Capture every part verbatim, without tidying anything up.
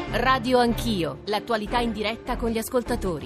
Radio Anch'io, l'attualità in diretta con gli ascoltatori.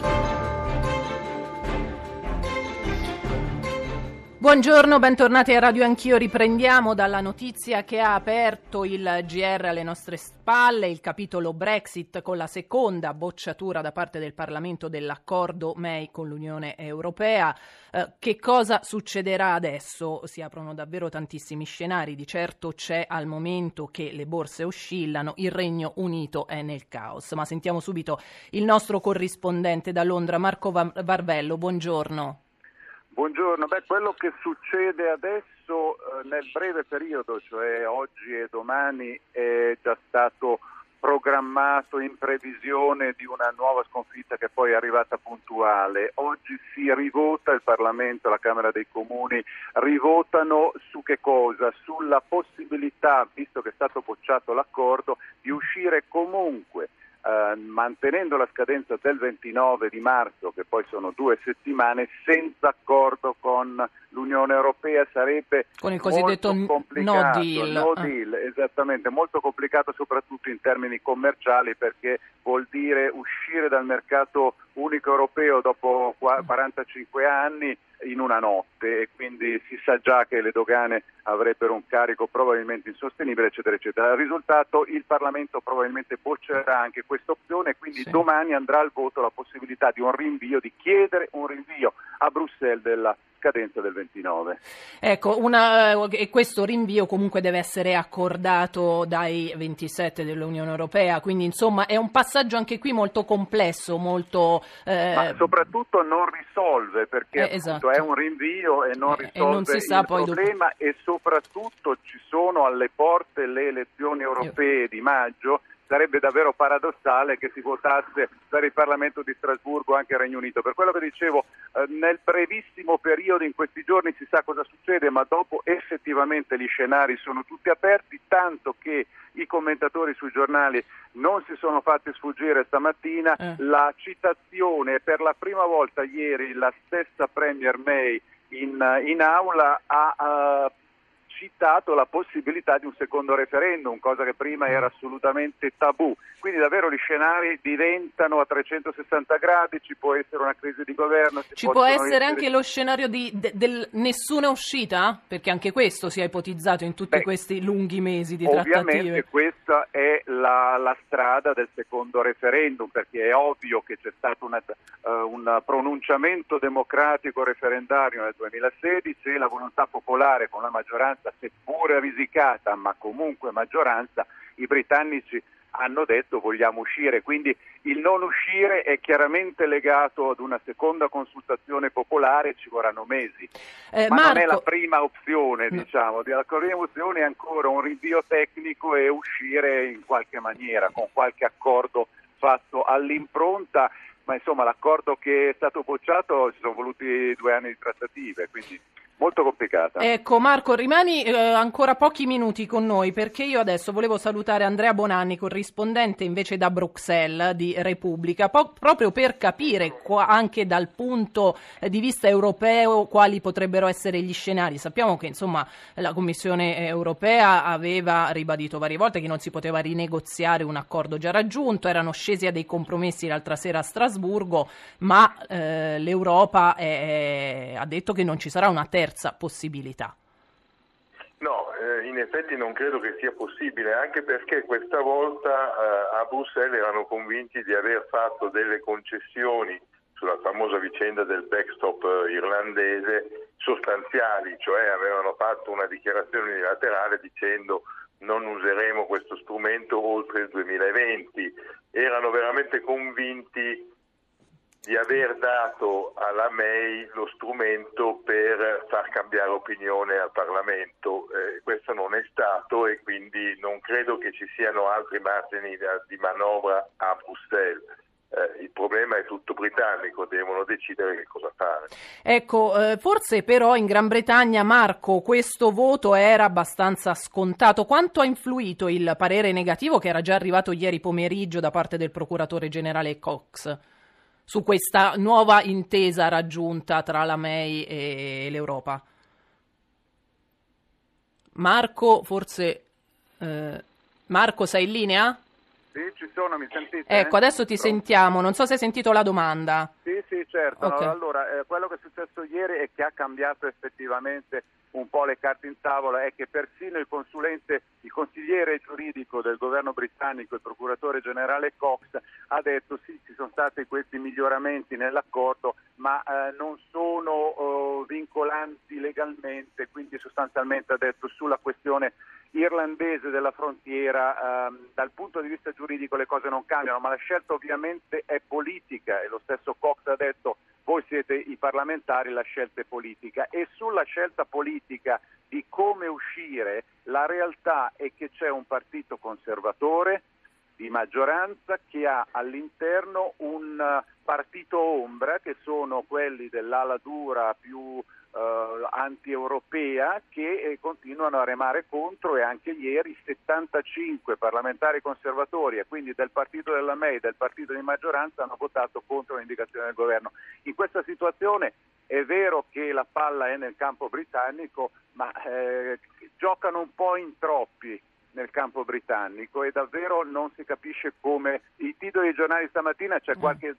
Buongiorno, bentornati a Radio Anch'io. Riprendiamo dalla notizia che ha aperto il G R alle nostre spalle, il capitolo Brexit con la seconda bocciatura da parte del Parlamento dell'accordo May con l'Unione Europea. Eh, che cosa succederà adesso? Si aprono davvero tantissimi scenari. Di certo c'è al momento che le borse oscillano, il Regno Unito è nel caos. Ma sentiamo subito il nostro corrispondente da Londra, Marco Varvello. Buongiorno. Buongiorno, beh, quello che succede adesso eh, nel breve periodo, cioè oggi e domani, è già stato programmato in previsione di una nuova sconfitta che poi è arrivata puntuale. Oggi si rivota, il Parlamento, la Camera dei Comuni rivotano su che cosa? Sulla possibilità, visto che è stato bocciato l'accordo, di uscire comunque Uh, mantenendo la scadenza del ventinove di marzo, che poi sono due settimane, senza accordo con l'Unione Europea. Sarebbe con il cosiddetto complicato, no deal. No deal, esattamente, molto complicato soprattutto in termini commerciali, perché vuol dire uscire dal mercato unico europeo dopo quarantacinque anni in una notte, e quindi si sa già che le dogane avrebbero un carico probabilmente insostenibile, eccetera, eccetera. Il risultato, il Parlamento probabilmente boccerà anche questa opzione, e quindi sì. Domani andrà al voto la possibilità di un rinvio, di chiedere un rinvio a Bruxelles della scadenza del ventinove. Ecco, una, e questo rinvio comunque deve essere accordato dai ventisette dell'Unione Europea, quindi insomma è un passaggio anche qui molto complesso, molto... Eh... Ma soprattutto non risolve, perché eh, appunto esatto. è un rinvio e non eh, risolve e non si sa il poi problema dopo... e soprattutto ci sono alle porte le elezioni europee di maggio. Sarebbe davvero paradossale che si votasse per il Parlamento di Strasburgo anche il Regno Unito. Per quello che dicevo, eh, nel brevissimo periodo, in questi giorni, si sa cosa succede, ma dopo effettivamente gli scenari sono tutti aperti, tanto che i commentatori sui giornali non si sono fatti sfuggire stamattina eh. la citazione. Per la prima volta ieri la stessa Premier May in, in aula ha... Uh, citato la possibilità di un secondo referendum, cosa che prima era assolutamente tabù. Quindi davvero gli scenari diventano a trecentosessanta gradi, ci può essere una crisi di governo. Ci può essere, essere anche lo scenario di de, del nessuna uscita? Perché anche questo si è ipotizzato in tutti Beh, questi lunghi mesi di ovviamente trattative. Ovviamente questa è la, la strada del secondo referendum, perché è ovvio che c'è stato una, uh, un pronunciamento democratico referendario nel duemilasedici e la volontà popolare con la maggioranza, seppure risicata, ma comunque maggioranza. I britannici hanno detto vogliamo uscire, quindi il non uscire è chiaramente legato ad una seconda consultazione popolare, ci vorranno mesi, eh, ma Marco... non è la prima opzione, diciamo, la prima opzione è ancora un rinvio tecnico e uscire in qualche maniera, con qualche accordo fatto all'impronta, ma insomma l'accordo che è stato bocciato ci sono voluti due anni di trattative, quindi molto complicata. Ecco Marco, rimani eh, ancora pochi minuti con noi, perché io adesso volevo salutare Andrea Bonanni, corrispondente invece da Bruxelles di Repubblica, po- proprio per capire qua, anche dal punto di vista europeo, quali potrebbero essere gli scenari. Sappiamo che insomma la Commissione europea aveva ribadito varie volte che non si poteva rinegoziare un accordo già raggiunto, erano scesi a dei compromessi l'altra sera a Strasburgo, ma eh, l'Europa è, ha detto che non ci sarà una terza possibilità. No, eh, in effetti non credo che sia possibile, anche perché questa volta eh, a Bruxelles erano convinti di aver fatto delle concessioni sulla famosa vicenda del backstop eh, irlandese sostanziali, cioè avevano fatto una dichiarazione unilaterale dicendo non useremo questo strumento oltre il duemilaventi. Erano veramente convinti di aver dato alla May lo strumento per far cambiare opinione al Parlamento. Eh, questo non è stato e quindi non credo che ci siano altri margini di manovra a Bruxelles. Eh, il problema è tutto britannico, devono decidere che cosa fare. Ecco, eh, forse però in Gran Bretagna, Marco, questo voto era abbastanza scontato. Quanto ha influito il parere negativo che era già arrivato ieri pomeriggio da parte del procuratore generale Cox su questa nuova intesa raggiunta tra la May e l'Europa? Marco, forse... Eh, Marco, sei in linea? Sì, ci sono, mi sentite? Ecco, adesso ti sentiamo, non so se hai sentito la domanda. Sì, sì, certo. Okay. Allora, eh, quello che è successo ieri e che ha cambiato effettivamente un po' le carte in tavola è che persino il consulente, il consigliere giuridico del governo britannico, il procuratore generale Cox, ha detto sì, ci sono stati questi miglioramenti nell'accordo, ma eh, non sono oh, vincolanti legalmente, quindi sostanzialmente ha detto sulla questione irlandese della frontiera, ehm, dal punto di vista giuridico le cose non cambiano, ma la scelta ovviamente è politica e lo stesso Cox ha detto voi siete i parlamentari, la scelta è politica, e sulla scelta politica di come uscire la realtà è che c'è un partito conservatore di maggioranza che ha all'interno un partito ombra che sono quelli dell'ala dura più Uh, anti-europea che eh, continuano a remare contro, e anche ieri settantacinque parlamentari conservatori e quindi del partito della May, del partito di maggioranza, hanno votato contro l'indicazione del governo. In questa situazione è vero che la palla è nel campo britannico, ma eh, giocano un po' in troppi nel campo britannico e davvero non si capisce come. I titoli dei giornali stamattina c'è qualche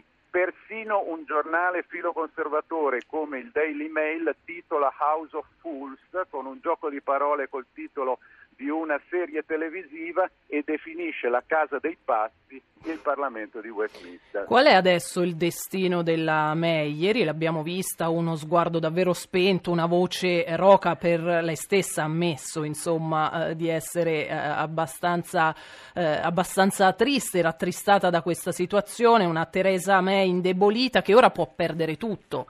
persino un giornale filoconservatore come il Daily Mail titola House of Fools, con un gioco di parole col titolo di una serie televisiva, e definisce la Casa dei Pazzi il Parlamento di Westminster. Qual è adesso il destino della May? Ieri l'abbiamo vista, uno sguardo davvero spento, una voce roca, per lei stessa ha ammesso insomma eh, di essere eh, abbastanza, eh, abbastanza triste, rattristata da questa situazione, una Theresa May indebolita che ora può perdere tutto.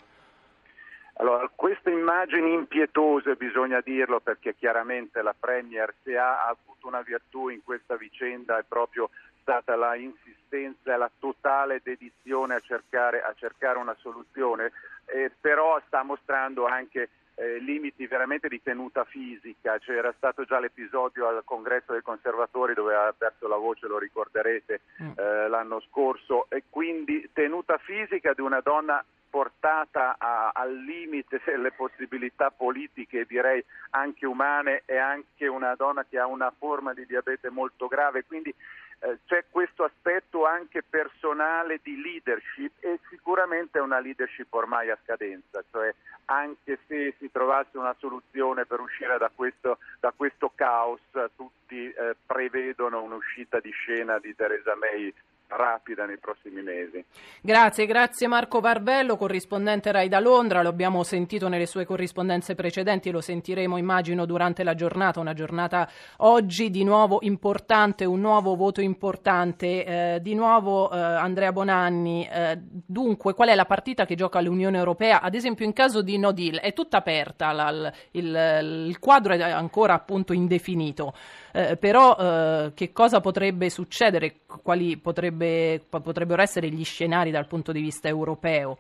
Allora, queste immagini impietose, bisogna dirlo, perché chiaramente la Premier, se ha avuto una virtù in questa vicenda, è proprio stata la insistenza e la totale dedizione a cercare, a cercare una soluzione, eh, però sta mostrando anche eh, limiti veramente di tenuta fisica. C'era stato già l'episodio al congresso dei conservatori dove ha perso la voce, lo ricorderete, eh, l'anno scorso, e quindi tenuta fisica di una donna portata a, al limite delle possibilità politiche, direi anche umane, e anche una donna che ha una forma di diabete molto grave, quindi eh, c'è questo aspetto anche personale di leadership, e sicuramente è una leadership ormai a scadenza, cioè anche se si trovasse una soluzione per uscire da questo, da questo caos, tutti eh, prevedono un'uscita di scena di Theresa May rapida nei prossimi mesi. Grazie, grazie Marco Varvello, corrispondente Rai da Londra. Lo abbiamo sentito nelle sue corrispondenze precedenti, lo sentiremo immagino durante la giornata, una giornata oggi di nuovo importante, un nuovo voto importante, eh, di nuovo eh, Andrea Bonanni. Eh, dunque, qual è la partita che gioca l'Unione Europea? Ad esempio in caso di no deal è tutta aperta, la, il, il, il quadro è ancora appunto indefinito, eh, però eh, che cosa potrebbe succedere? Quali potrebbe, potrebbero essere gli scenari dal punto di vista europeo?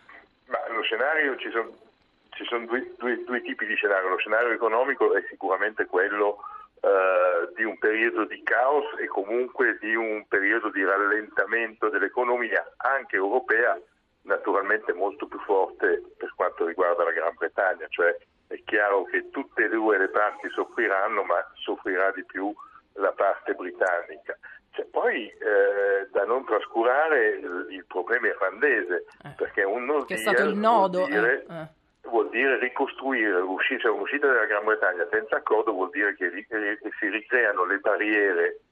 Ma lo scenario, ci sono, ci sono due, due, due tipi di scenario. Lo scenario economico è sicuramente quello eh, di un periodo di caos e comunque di un periodo di rallentamento dell'economia, anche europea, naturalmente molto più forte per quanto riguarda la Gran Bretagna, cioè è chiaro che tutte e due le parti soffriranno, ma soffrirà di più la parte britannica. C'è poi eh, da non trascurare il, il problema irlandese, eh, perché un no che è stato il nodo, vuol dire, eh, eh. vuol dire ricostruire l'uscita, cioè un'uscita della Gran Bretagna senza accordo vuol dire che, ri, che si ricreano le barriere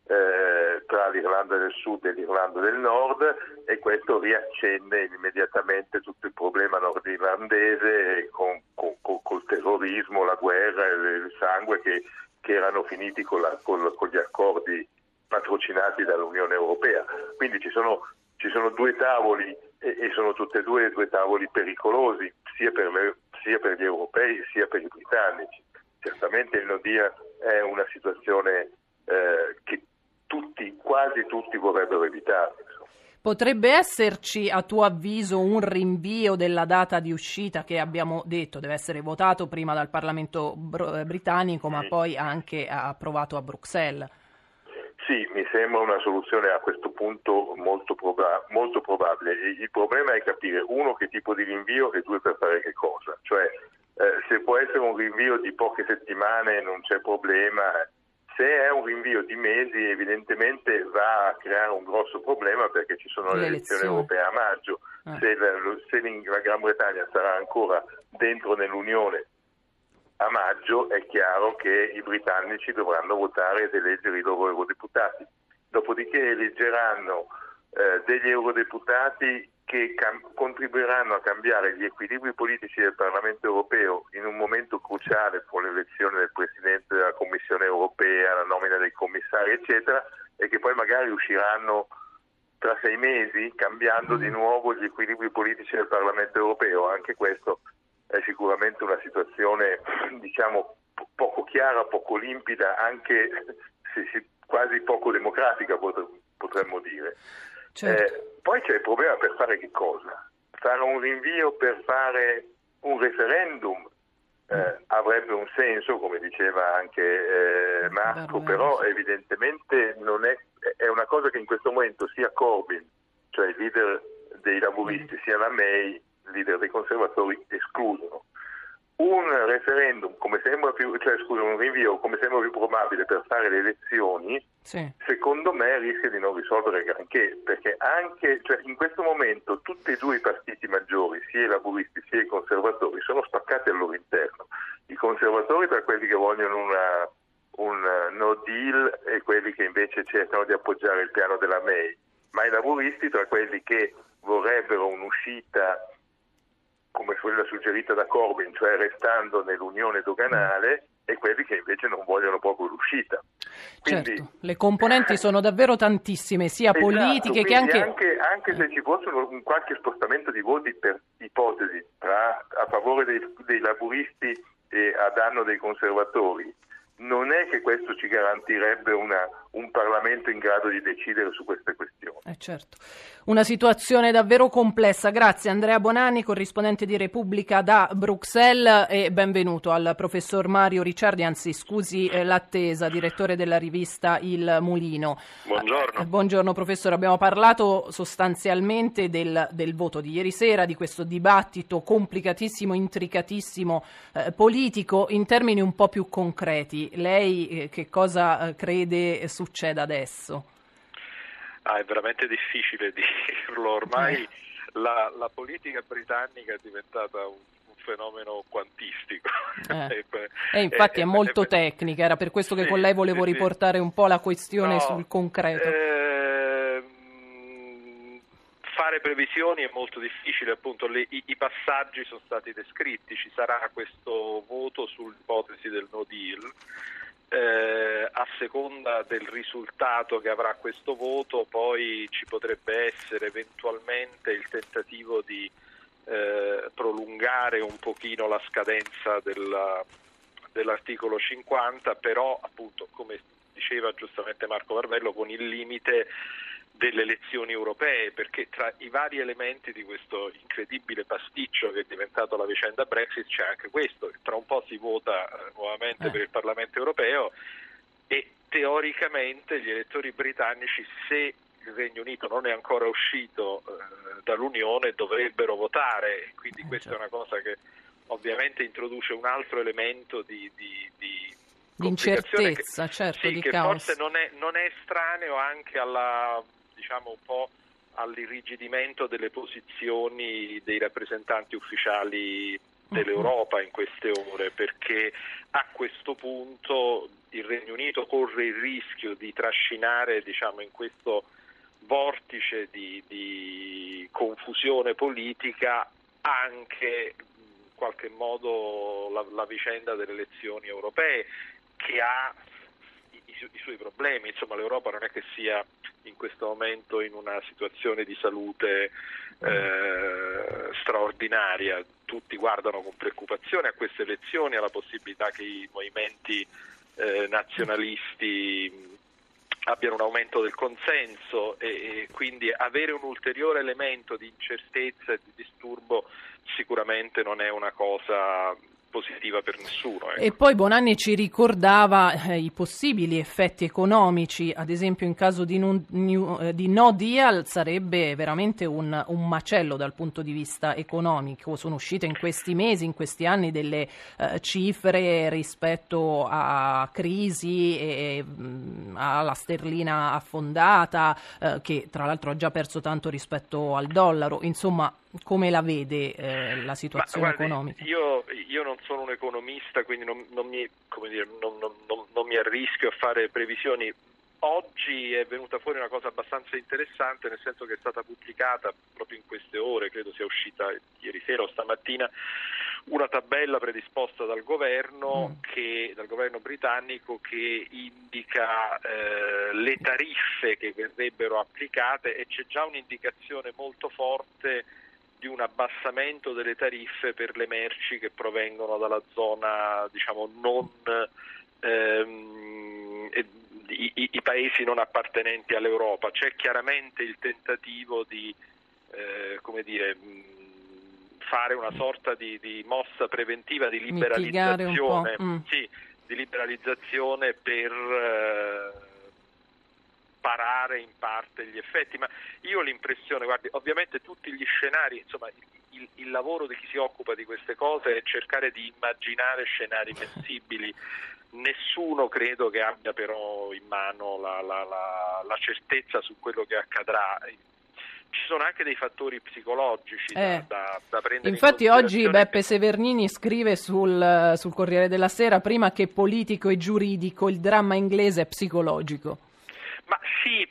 eh, tra l'Irlanda del Sud e l'Irlanda del Nord, e questo riaccende immediatamente tutto il problema nordirlandese con, con, con col terrorismo, la guerra e il sangue che, che erano finiti con, la, con, con gli accordi patrocinati dall'Unione Europea. Quindi ci sono, ci sono due tavoli e, e sono tutti e due due tavoli pericolosi, sia per, le, sia per gli europei sia per i britannici. Certamente il no deal è una situazione eh, che tutti, quasi tutti vorrebbero evitare. Potrebbe esserci, a tuo avviso, un rinvio della data di uscita che abbiamo detto deve essere votato prima dal Parlamento br- britannico, ma sì, poi anche approvato a Bruxelles? Sì, mi sembra una soluzione a questo punto molto, proba- molto probabile. Il problema è capire, uno, che tipo di rinvio, e due, per fare che cosa. Cioè, eh, se può essere un rinvio di poche settimane non c'è problema, Se è un rinvio di mesi, evidentemente va a creare un grosso problema, perché ci sono le elezioni europee a maggio. Ah. Se, la, se la Gran Bretagna sarà ancora dentro nell'Unione a maggio, è chiaro che i britannici dovranno votare ed eleggere i loro eurodeputati. Dopodiché eleggeranno eh, degli eurodeputati che cam- contribuiranno a cambiare gli equilibri politici del Parlamento europeo in un momento cruciale con l'elezione del Presidente della Commissione europea, la nomina dei commissari, eccetera, e che poi magari usciranno tra sei mesi cambiando di nuovo gli equilibri politici del Parlamento europeo. Anche questo è sicuramente una situazione, diciamo, poco chiara, poco limpida, anche se, se, quasi poco democratica, potremmo dire. Certo. Eh, poi c'è il problema: per fare che cosa? Fare un rinvio per fare un referendum eh, avrebbe un senso, come diceva anche eh, Marco, però evidentemente non è, è una cosa che in questo momento sia Corbyn, cioè il leader dei laburisti, sia la May, leader dei conservatori, escludono. Un referendum, come sembra più, cioè scusa, un rinvio come sembra più probabile per fare le elezioni, sì. Secondo me rischia di non risolvere granché, perché anche, cioè in questo momento tutti e due i partiti maggiori, sia i laburisti sia i conservatori, sono spaccati al loro interno. I conservatori tra quelli che vogliono una, un no deal e quelli che invece cercano di appoggiare il piano della May, ma i laburisti tra quelli che vorrebbero un'uscita come quella suggerita da Corbyn, cioè restando nell'unione doganale, e quelli che invece non vogliono proprio l'uscita. Quindi, certo, le componenti sono davvero tantissime, sia esatto, politiche che anche... anche... Anche se ci fosse un qualche spostamento di voti per ipotesi tra, a favore dei, dei laburisti e a danno dei conservatori, non è che questo ci garantirebbe una, un Parlamento in grado di decidere su queste questioni. Eh certo. Una situazione davvero complessa. Grazie Andrea Bonanni, corrispondente di Repubblica da Bruxelles, e benvenuto al professor Mario Ricciardi, anzi scusi eh, l'attesa, direttore della rivista Il Mulino. Buongiorno. Eh, buongiorno professore, abbiamo parlato sostanzialmente del, del voto di ieri sera, di questo dibattito complicatissimo, intricatissimo, eh, politico. In termini un po' più concreti, lei eh, che cosa eh, crede succeda adesso? Ah, è veramente difficile dirlo, ormai eh. la, la politica britannica è diventata un, un fenomeno quantistico. Eh. e infatti è, è molto è, tecnica, era per questo che sì, con lei volevo sì, riportare un po' la questione no, sul concreto. Eh, fare previsioni è molto difficile, appunto le, i, i passaggi sono stati descritti, ci sarà questo voto sull'ipotesi del no deal. Eh, a seconda del risultato che avrà questo voto, poi ci potrebbe essere eventualmente il tentativo di eh, prolungare un pochino la scadenza della, dell'articolo cinquanta, però appunto, come diceva giustamente Marco Varvello, con il limite delle elezioni europee, perché tra i vari elementi di questo incredibile pasticcio che è diventato la vicenda Brexit c'è anche questo: tra un po' si vota eh, nuovamente eh. per il Parlamento europeo e teoricamente gli elettori britannici, se il Regno Unito non è ancora uscito eh, dall'Unione, dovrebbero votare, quindi eh, questa certo. è una cosa che ovviamente introduce un altro elemento di, di, di di incertezza, che, certo, sì, di che caos. Forse non è, non è estraneo anche alla, diciamo un po' all'irrigidimento delle posizioni dei rappresentanti ufficiali dell'Europa in queste ore, perché a questo punto il Regno Unito corre il rischio di trascinare, diciamo, in questo vortice di, di confusione politica anche in qualche modo la, la vicenda delle elezioni europee, che ha i, i suoi problemi. Insomma, l'Europa non è che sia in questo momento in una situazione di salute eh, straordinaria. Tutti guardano con preoccupazione a queste elezioni, alla possibilità che i movimenti eh, nazionalisti abbiano un aumento del consenso, e, e quindi avere un ulteriore elemento di incertezza e di disturbo sicuramente non è una cosa positiva per nessuno. Ecco. E poi Bonanni ci ricordava eh, i possibili effetti economici, ad esempio in caso di, non, di no deal sarebbe veramente un, un macello dal punto di vista economico. Sono uscite in questi mesi, in questi anni delle eh, cifre rispetto a crisi e mh, alla sterlina affondata, eh, che tra l'altro ha già perso tanto rispetto al dollaro. Insomma, come la vede eh, la situazione Ma, guardi, economica? Io, io non sono un economista, quindi non, non, mi, come dire, non, non, non, non mi arrischio a fare previsioni. Oggi è venuta fuori una cosa abbastanza interessante, nel senso che è stata pubblicata proprio in queste ore, credo sia uscita ieri sera o stamattina, una tabella predisposta dal governo, mm. che, dal governo britannico che indica eh, le tariffe che verrebbero applicate, e c'è già un'indicazione molto forte di un abbassamento delle tariffe per le merci che provengono dalla zona, diciamo, non ehm, i, i, i paesi non appartenenti all'Europa. C'è chiaramente il tentativo di eh, come dire fare una sorta di, di mossa preventiva di liberalizzazione, mm. sì, di liberalizzazione per eh, parare in parte gli effetti, ma io ho l'impressione, guardi, ovviamente tutti gli scenari, insomma, il, il lavoro di chi si occupa di queste cose è cercare di immaginare scenari possibili. Nessuno credo che abbia però in mano la, la, la, la certezza su quello che accadrà. Ci sono anche dei fattori psicologici eh. da, da, da prendere Infatti in considerazione. Oggi Beppe Severnini scrive sul, sul Corriere della Sera: prima che politico e giuridico il dramma inglese è psicologico. Ma sì,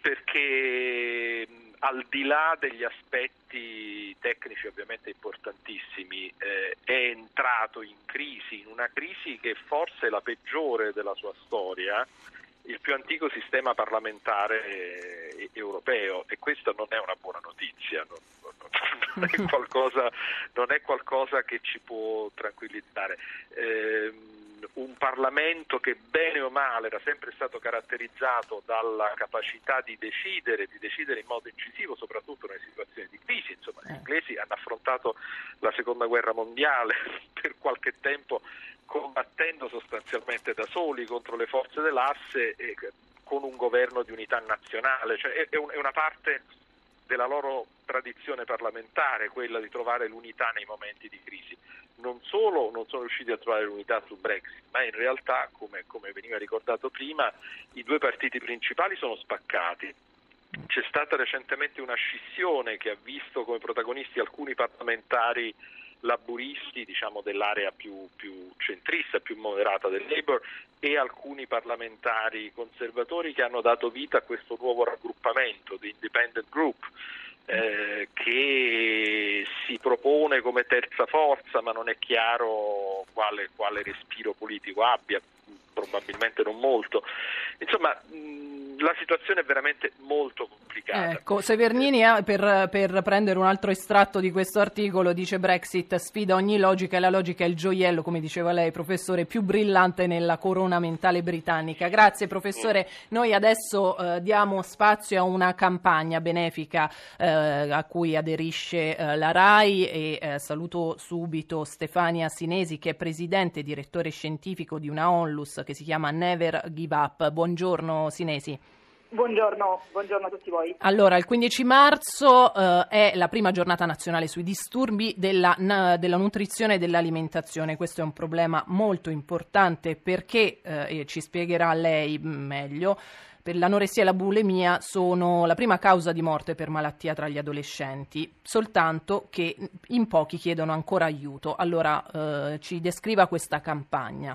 perché al di là degli aspetti tecnici ovviamente importantissimi, eh, è entrato in crisi, in una crisi che forse è la peggiore della sua storia, il più antico sistema parlamentare eh, europeo, e questa non è una buona notizia, non, non, è, qualcosa, non è qualcosa che ci può tranquillizzare. Eh, un Parlamento che bene o male era sempre stato caratterizzato dalla capacità di decidere, di decidere in modo incisivo, soprattutto nelle situazioni di crisi. Insomma, gli inglesi hanno affrontato la seconda guerra mondiale per qualche tempo combattendo sostanzialmente da soli contro le forze dell'asse e con un governo di unità nazionale, cioè è una parte della loro tradizione parlamentare quella di trovare l'unità nei momenti di crisi. Non solo non sono riusciti a trovare l'unità sul Brexit, ma in realtà, come, come veniva ricordato prima, i due partiti principali sono spaccati. C'è stata recentemente una scissione che ha visto come protagonisti alcuni parlamentari laburisti, diciamo dell'area più, più centrista, più moderata del Labour, e alcuni parlamentari conservatori che hanno dato vita a questo nuovo raggruppamento, The Independent Group, eh, che si propone come terza forza, ma non è chiaro quale, quale respiro politico abbia, probabilmente non molto. Insomma, mh, la situazione è veramente molto complicata. Ecco, Severnini, eh, per, per prendere un altro estratto di questo articolo, dice: Brexit sfida ogni logica e la logica è il gioiello, come diceva lei, professore, più brillante nella corona mentale britannica. Grazie, professore. Noi adesso eh, diamo spazio a una campagna benefica eh, a cui aderisce eh, la RAI e eh, saluto subito Stefania Sinesi, che è presidente e direttore scientifico di una Onlus che si chiama Never Give Up. Buongiorno Sinesi. Buongiorno, buongiorno a tutti voi. Allora, il quindici marzo eh, è la prima giornata nazionale sui disturbi della, na, della nutrizione e dell'alimentazione. Questo è un problema molto importante perché, eh, e ci spiegherà lei meglio, per l'anoressia e la bulimia sono la prima causa di morte per malattia tra gli adolescenti, soltanto che in pochi chiedono ancora aiuto. Allora, eh, ci descriva questa campagna.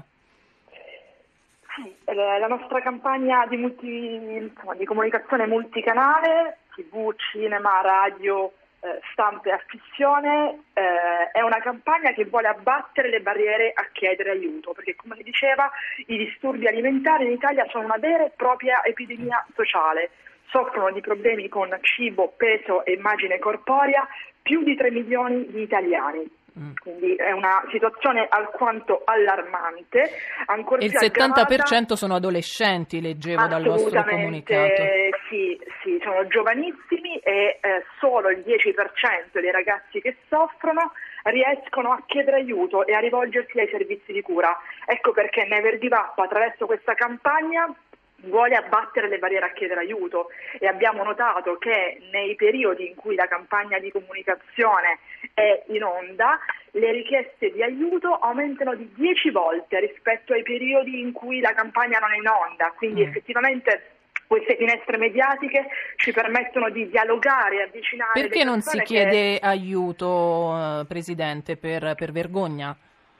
La nostra campagna di, multi, insomma, di comunicazione multicanale, tivù, cinema, radio, eh, stampa e affissione, eh, è una campagna che vuole abbattere le barriere a chiedere aiuto, perché come si diceva i disturbi alimentari in Italia sono una vera e propria epidemia sociale. Soffrono di problemi con cibo, peso e immagine corporea più di tre milioni di italiani. Quindi è una situazione alquanto allarmante. Ancora e il più settanta per cento aggravata, sono adolescenti, leggevo dal vostro comunicato. ragazzi sì, sono giovanissimi e eh, solo il dieci per cento dei ragazzi che soffrono riescono a chiedere aiuto e a rivolgersi ai servizi di cura. Ecco perché Never Give Up, attraverso questa campagna, vuole abbattere le barriere a chiedere aiuto, e abbiamo notato che nei periodi in cui la campagna di comunicazione è in onda le richieste di aiuto aumentano di dieci volte rispetto ai periodi in cui la campagna non è in onda, quindi mm. effettivamente queste finestre mediatiche ci permettono di dialogare e avvicinare. Perché non si chiede che... aiuto, Presidente, per, per vergogna?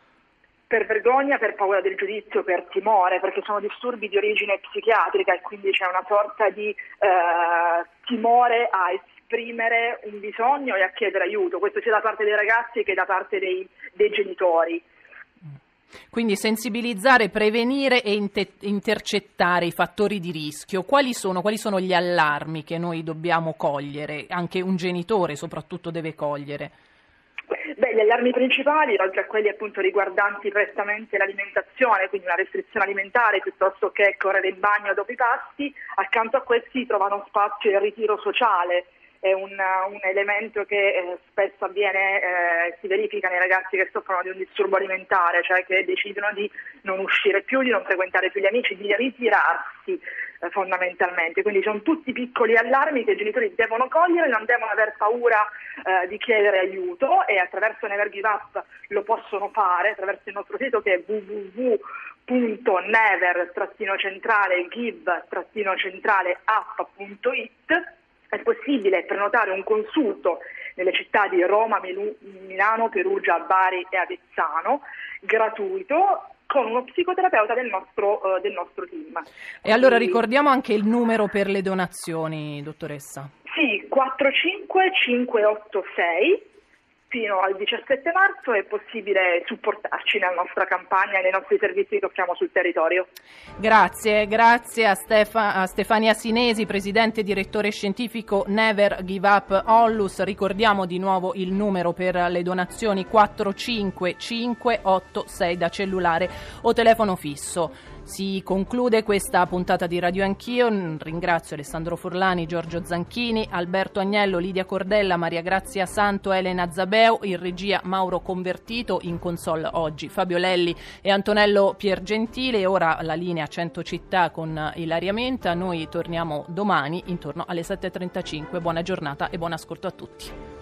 Per vergogna, per paura del giudizio, per timore, perché sono disturbi di origine psichiatrica e quindi c'è una sorta di eh, timore a esprimere un bisogno e a chiedere aiuto, questo sia da parte dei ragazzi che da parte dei, dei genitori. Quindi sensibilizzare, prevenire e inter- intercettare i fattori di rischio. Quali sono, quali sono gli allarmi che noi dobbiamo cogliere, anche un genitore soprattutto deve cogliere? Beh, gli allarmi principali, oltre a quelli appunto riguardanti prettamente l'alimentazione, quindi una restrizione alimentare piuttosto che correre in bagno dopo i pasti, accanto a questi trovano spazio il ritiro sociale. È un, un elemento che eh, spesso avviene, eh, si verifica nei ragazzi che soffrono di un disturbo alimentare, cioè che decidono di non uscire più, di non frequentare più gli amici, di ritirarsi eh, fondamentalmente. Quindi sono tutti piccoli allarmi che i genitori devono cogliere, non devono aver paura eh, di chiedere aiuto, e attraverso Never Give Up lo possono fare, attraverso il nostro sito che è w w w punto never centrale give centrale up punto it. È possibile prenotare un consulto nelle città di Roma, Milano, Perugia, Bari e Avezzano, gratuito, con uno psicoterapeuta del nostro, uh, del nostro team. E allora ricordiamo anche il numero per le donazioni, dottoressa. Sì, quattro cinque cinque otto sei. Fino al diciassette marzo è possibile supportarci nella nostra campagna e nei nostri servizi che offriamo sul territorio. Grazie, grazie a, Stefa, a Stefania Sinesi, presidente e direttore scientifico Never Give Up Onlus. Ricordiamo di nuovo il numero per le donazioni: quattro cinque cinque otto sei da cellulare o telefono fisso. Si conclude questa puntata di Radio Anch'io. Ringrazio Alessandro Forlani, Giorgio Zanchini, Alberto Agnello, Lidia Cordella, Maria Grazia Santo, Elena Zabeo, in regia Mauro Convertito, in console oggi Fabio Lelli e Antonello Piergentile. Ora la linea cento città con Ilaria Menta. Noi torniamo domani intorno alle sette e trentacinque. Buona giornata e buon ascolto a tutti.